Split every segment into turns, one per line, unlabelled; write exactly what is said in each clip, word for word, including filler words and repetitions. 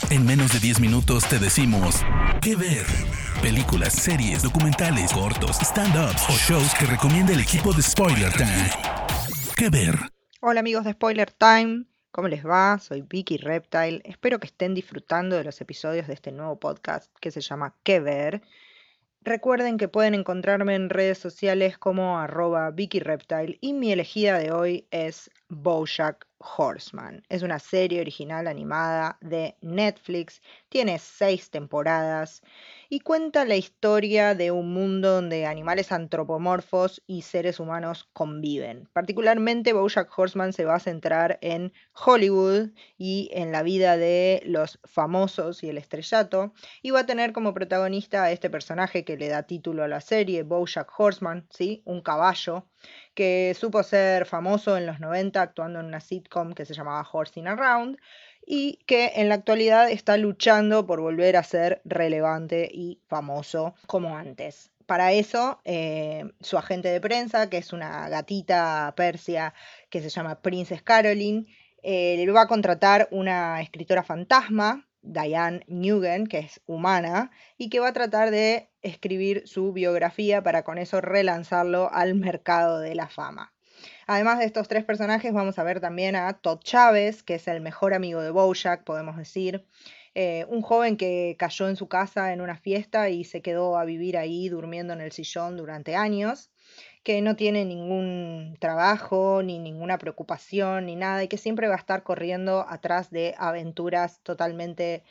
En menos de diez minutos te decimos qué ver. Películas, series, documentales, cortos, stand-ups o shows que recomienda el equipo de Spoiler Time. ¿Qué ver?
Hola amigos de Spoiler Time, ¿cómo les va? Soy Vicky Reptile. Espero que estén disfrutando de los episodios de este nuevo podcast que se llama ¿Qué ver? Recuerden que pueden encontrarme en redes sociales como arroba Vicky Reptile y mi elegida de hoy es BoJack Horseman. Es una serie original animada de Netflix, tiene seis temporadas y cuenta la historia de un mundo donde animales antropomorfos y seres humanos conviven. Particularmente BoJack Horseman se va a centrar en Hollywood y en la vida de los famosos y el estrellato, y va a tener como protagonista a este personaje que le da título a la serie, BoJack Horseman, ¿sí? Un caballo que supo ser famoso en los noventa actuando en una sitcom que se llamaba Horsing Around y que en la actualidad está luchando por volver a ser relevante y famoso como antes. Para eso, eh, su agente de prensa, que es una gatita persia que se llama Princess Caroline, eh, le va a contratar una escritora fantasma, Diane Nugent, que es humana, y que va a tratar de escribir su biografía para con eso relanzarlo al mercado de la fama. Además de estos tres personajes, vamos a ver también a Todd Chávez, que es el mejor amigo de BoJack, podemos decir. Eh, un joven que cayó en su casa en una fiesta y se quedó a vivir ahí durmiendo en el sillón durante años, que no tiene ningún trabajo, ni ninguna preocupación, ni nada, y que siempre va a estar corriendo atrás de aventuras totalmente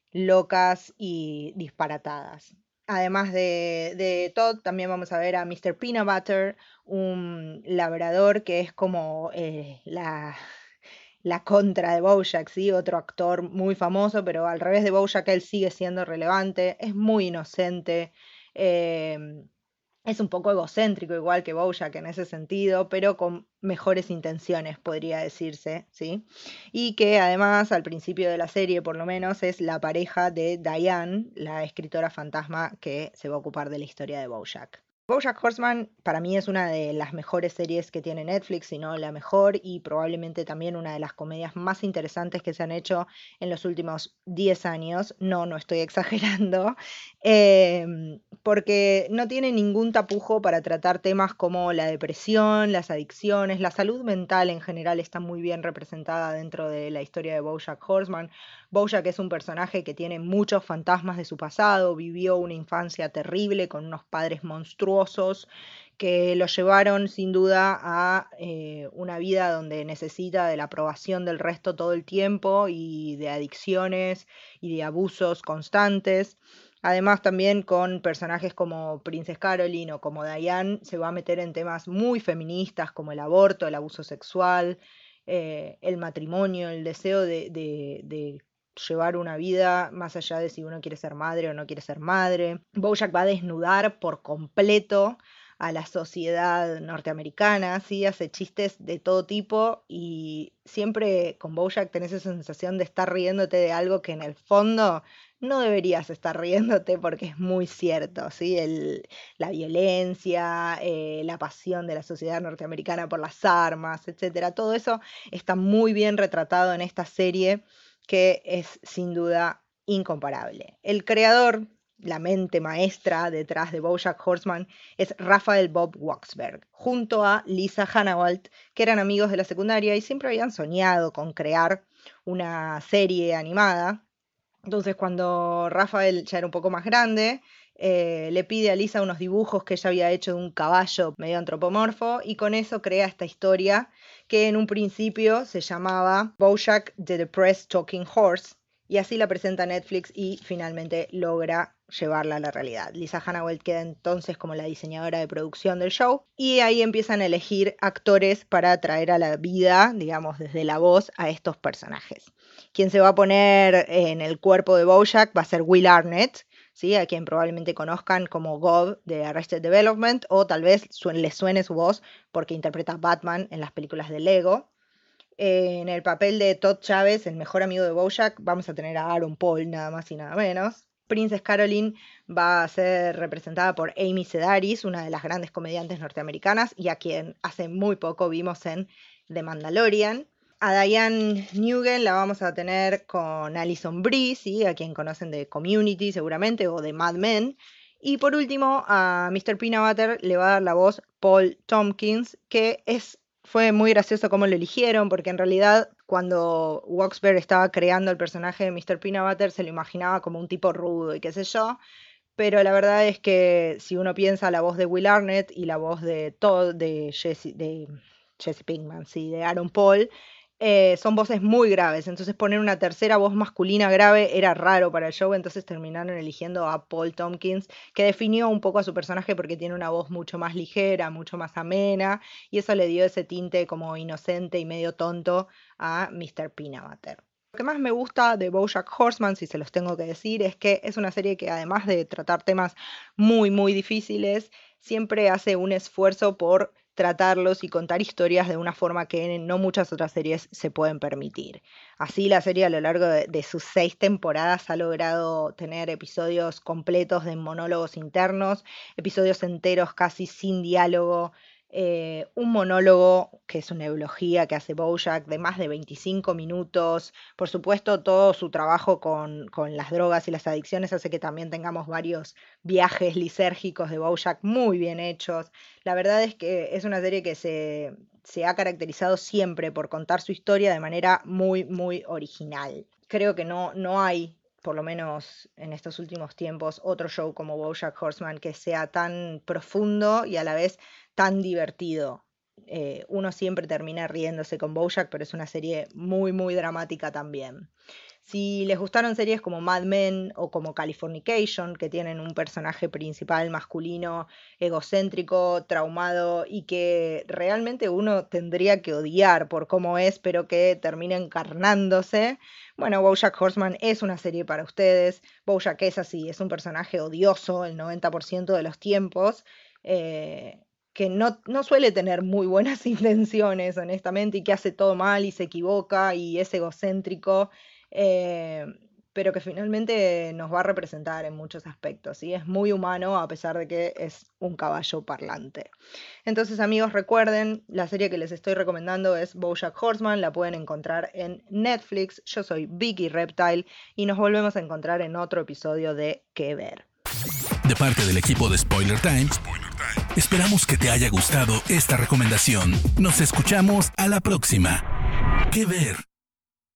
locas y disparatadas. Además de, de Todd, también vamos a ver a míster Peanut Butter, un labrador que es como eh, la, la contra de BoJack, ¿sí? Otro actor muy famoso, pero al revés de BoJack, él sigue siendo relevante, es muy inocente, eh, es un poco egocéntrico igual que BoJack en ese sentido, pero con mejores intenciones, podría decirse, ¿sí? Y que además al principio de la serie, por lo menos, es la pareja de Diane, la escritora fantasma que se va a ocupar de la historia de BoJack. BoJack Horseman para mí es una de las mejores series que tiene Netflix, si no la mejor, y probablemente también una de las comedias más interesantes que se han hecho en los últimos diez años. No, no estoy exagerando. Eh, porque no tiene ningún tapujo para tratar temas como la depresión, las adicciones, la salud mental en general está muy bien representada dentro de la historia de BoJack Horseman. BoJack es un personaje que tiene muchos fantasmas de su pasado, vivió una infancia terrible con unos padres monstruosos que lo llevaron sin duda a eh, una vida donde necesita de la aprobación del resto todo el tiempo y de adicciones y de abusos constantes. Además, también con personajes como Princess Caroline o como Diane, se va a meter en temas muy feministas como el aborto, el abuso sexual, eh, el matrimonio, el deseo de, de, de llevar una vida más allá de si uno quiere ser madre o no quiere ser madre. BoJack va a desnudar por completo a la sociedad norteamericana, ¿sí? Hace chistes de todo tipo y siempre con BoJack tenés esa sensación de estar riéndote de algo que en el fondo no deberías estar riéndote porque es muy cierto, ¿sí? El, la violencia, eh, la pasión de la sociedad norteamericana por las armas, etcétera. Todo eso está muy bien retratado en esta serie que es sin duda incomparable. El creador, la mente maestra detrás de BoJack Horseman es Raphael Bob Waksberg, junto a Lisa Hannawalt, que eran amigos de la secundaria y siempre habían soñado con crear una serie animada. Entonces, cuando Rafael ya era un poco más grande, eh, le pide a Lisa unos dibujos que ella había hecho de un caballo medio antropomorfo y con eso crea esta historia que en un principio se llamaba BoJack the Depressed Talking Horse y así la presenta Netflix y finalmente logra llevarla a la realidad. Lisa Hannawalt queda entonces como la diseñadora de producción del show y ahí empiezan a elegir actores para traer a la vida, digamos, desde la voz a estos personajes. Quien se va a poner en el cuerpo de BoJack va a ser Will Arnett, ¿sí? A quien probablemente conozcan como Gob de Arrested Development o tal vez su les suene su voz porque interpreta a Batman en las películas de Lego. Eh, en el papel de Todd Chávez, el mejor amigo de BoJack, vamos a tener a Aaron Paul, nada más y nada menos. Princess Caroline va a ser representada por Amy Sedaris, una de las grandes comediantes norteamericanas y a quien hace muy poco vimos en The Mandalorian. A Diane Newgen la vamos a tener con Alison Brie, ¿sí? A quien conocen de Community seguramente o de Mad Men. Y por último, a mister Peanut Butter le va a dar la voz Paul Tompkins, que es, fue muy gracioso cómo lo eligieron, porque en realidad cuando Roxburgh estaba creando el personaje de mister Peanut Butter se lo imaginaba como un tipo rudo y qué sé yo. Pero la verdad es que si uno piensa la voz de Will Arnett y la voz de Todd, de Jesse, de Jesse Pinkman, sí, de Aaron Paul, eh, son voces muy graves. Entonces poner una tercera voz masculina grave era raro para el show, entonces terminaron eligiendo a Paul Tompkins, que definió un poco a su personaje porque tiene una voz mucho más ligera, mucho más amena, y eso le dio ese tinte como inocente y medio tonto a mister Peanut Butter. Lo que más me gusta de BoJack Horseman, si se los tengo que decir, es que es una serie que además de tratar temas muy, muy difíciles, siempre hace un esfuerzo por tratarlos y contar historias de una forma que no muchas otras series se pueden permitir. Así la serie a lo largo de, de sus seis temporadas ha logrado tener episodios completos de monólogos internos, episodios enteros casi sin diálogo, eh, un monólogo que es una eulogía que hace BoJack de más de veinticinco minutos. Por supuesto, todo su trabajo con, con las drogas y las adicciones hace que también tengamos varios viajes lisérgicos de BoJack muy bien hechos. La verdad es que es una serie que se, se ha caracterizado siempre por contar su historia de manera muy, muy original. Creo que no, no hay, por lo menos en estos últimos tiempos, otro show como BoJack Horseman que sea tan profundo y a la vez tan divertido. Eh, uno siempre termina riéndose con BoJack, pero es una serie muy, muy dramática también. Si les gustaron series como Mad Men o como Californication, que tienen un personaje principal masculino, egocéntrico, traumado y que realmente uno tendría que odiar por cómo es, pero que termina encarnándose, bueno, BoJack Horseman es una serie para ustedes. BoJack es así, es un personaje odioso el noventa por ciento de los tiempos, eh, que no, no suele tener muy buenas intenciones, honestamente, y que hace todo mal y se equivoca y es egocéntrico, eh, pero que finalmente nos va a representar en muchos aspectos, ¿sí? Es muy humano a pesar de que es un caballo parlante. Entonces, amigos, recuerden, la serie que les estoy recomendando es BoJack Horseman, la pueden encontrar en Netflix. Yo soy Vicky Reptile y nos volvemos a encontrar en otro episodio de ¿Qué ver?
De parte del equipo de Spoiler Time, esperamos que te haya gustado esta recomendación. Nos escuchamos a la próxima. ¿Qué ver?